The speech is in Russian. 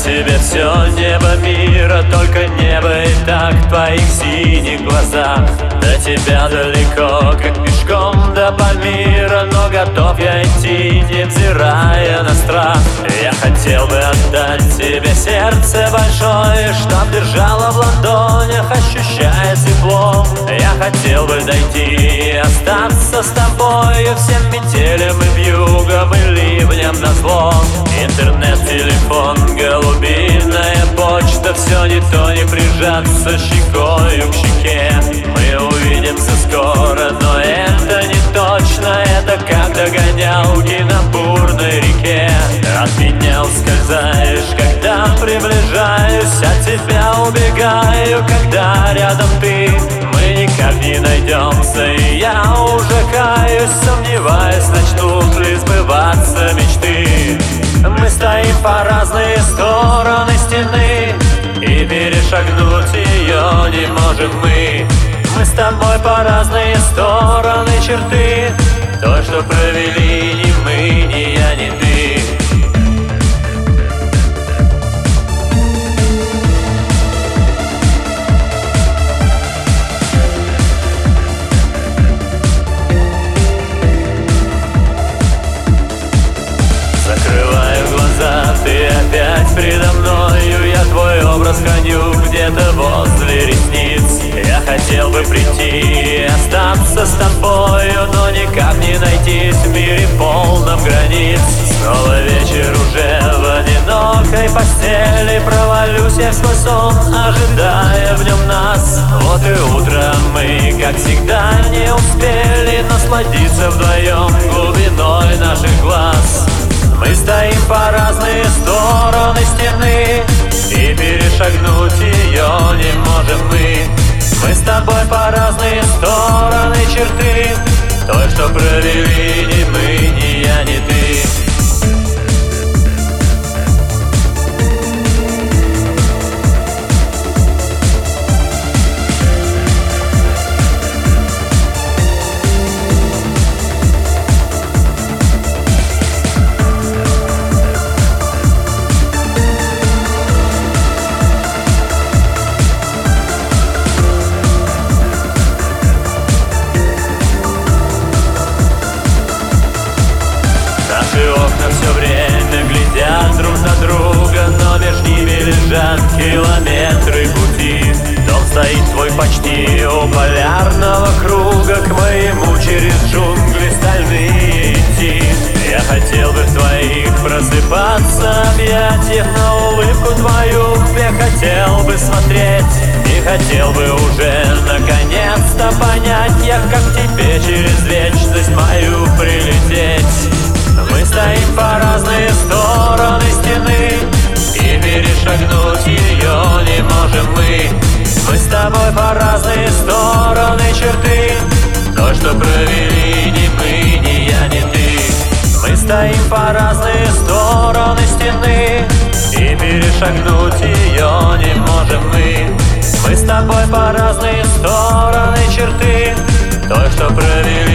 тебе все небо мира, только небо и так в твоих синих глазах. До тебя далеко, как пешком до Памира, но готов я идти, невзирая на страх. Я хотел бы отдать тебе сердце большое, чтоб держала в ладонях, ощущая тепло. Я хотел бы дойти и остаться с тобою всем метелям и вьюгам и ливням назло. Интернет, телефон, голубиная почта, все не то, не прижаться щекою к щеке. Мы увидимся скоро, но это не точно, это как догонялки на бурной реке. От меня ускользаешь, когда приближаюсь, от тебя убегаю, когда рядом ты. Мы никак не найдемся, и я уже каюсь, сомневаясь, начнут ли сбываться мечты. Мы стоим по разные стороны стены, и перешагнуть ее не можем мы. Мы с тобой по разные стороны черты, то, что провели ни мы, ни я, ни ты. Ты опять предо мною, я твой образ храню где-то возле ресниц. Я хотел бы прийти и остаться с тобою, но никак не найтись в мире полном границ. Снова вечер уже в одинокой постели, провалюсь я в свой сон, ожидая в нем нас. Вот и утром мы, как всегда, не успели насладиться вдвоем глубиной наших глаз. Мы стоим по разные стороны стены, и перешагнуть ее не можем мы. Мы с тобой по разные стороны черты, той, что провели ни мы, ни я, ни ты. Все время глядят друг на друга, но между ними лежат километры пути. Дом стоит твой почти у полярного круга, к моему через джунгли стальные идти. Я хотел бы в твоих просыпаться объятиях, на улыбку твою я хотел бы смотреть. И хотел бы уже наконец-то понять, я как к тебе через вечность мою прилететь. Мы стоим по разные стороны стены, и перешагнуть ее не можем мы. Мы с тобой по разные стороны черты, то, что провели ни мы, ни я, ни ты. Мы стоим по разные стороны стены, и перешагнуть ее не можем мы. Мы с тобой по разные стороны черты, то, что провели